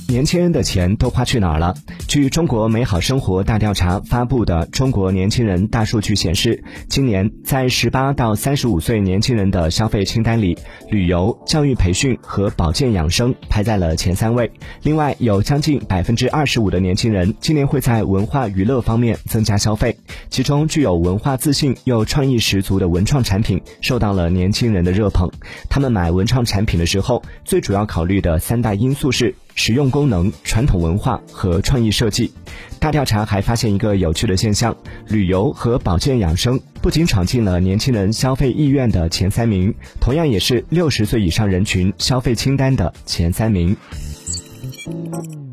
年轻人的钱都花去哪儿了？据中国美好生活大调查发布的中国年轻人大数据显示，今年在18到35岁年轻人的消费清单里，旅游、教育培训和保健养生排在了前3位。另外，有将近25%的年轻人今年会在文化娱乐方面增加消费，其中具有文化自信又创意十足的文创产品受到了年轻人的热捧。他们买文创产品的时候，最主要考虑的3大因素是实用功能、传统文化和创意设计。大调查还发现一个有趣的现象，旅游和保健养生不仅闯进了年轻人消费意愿的前3名，同样也是60岁以上人群消费清单的前3名。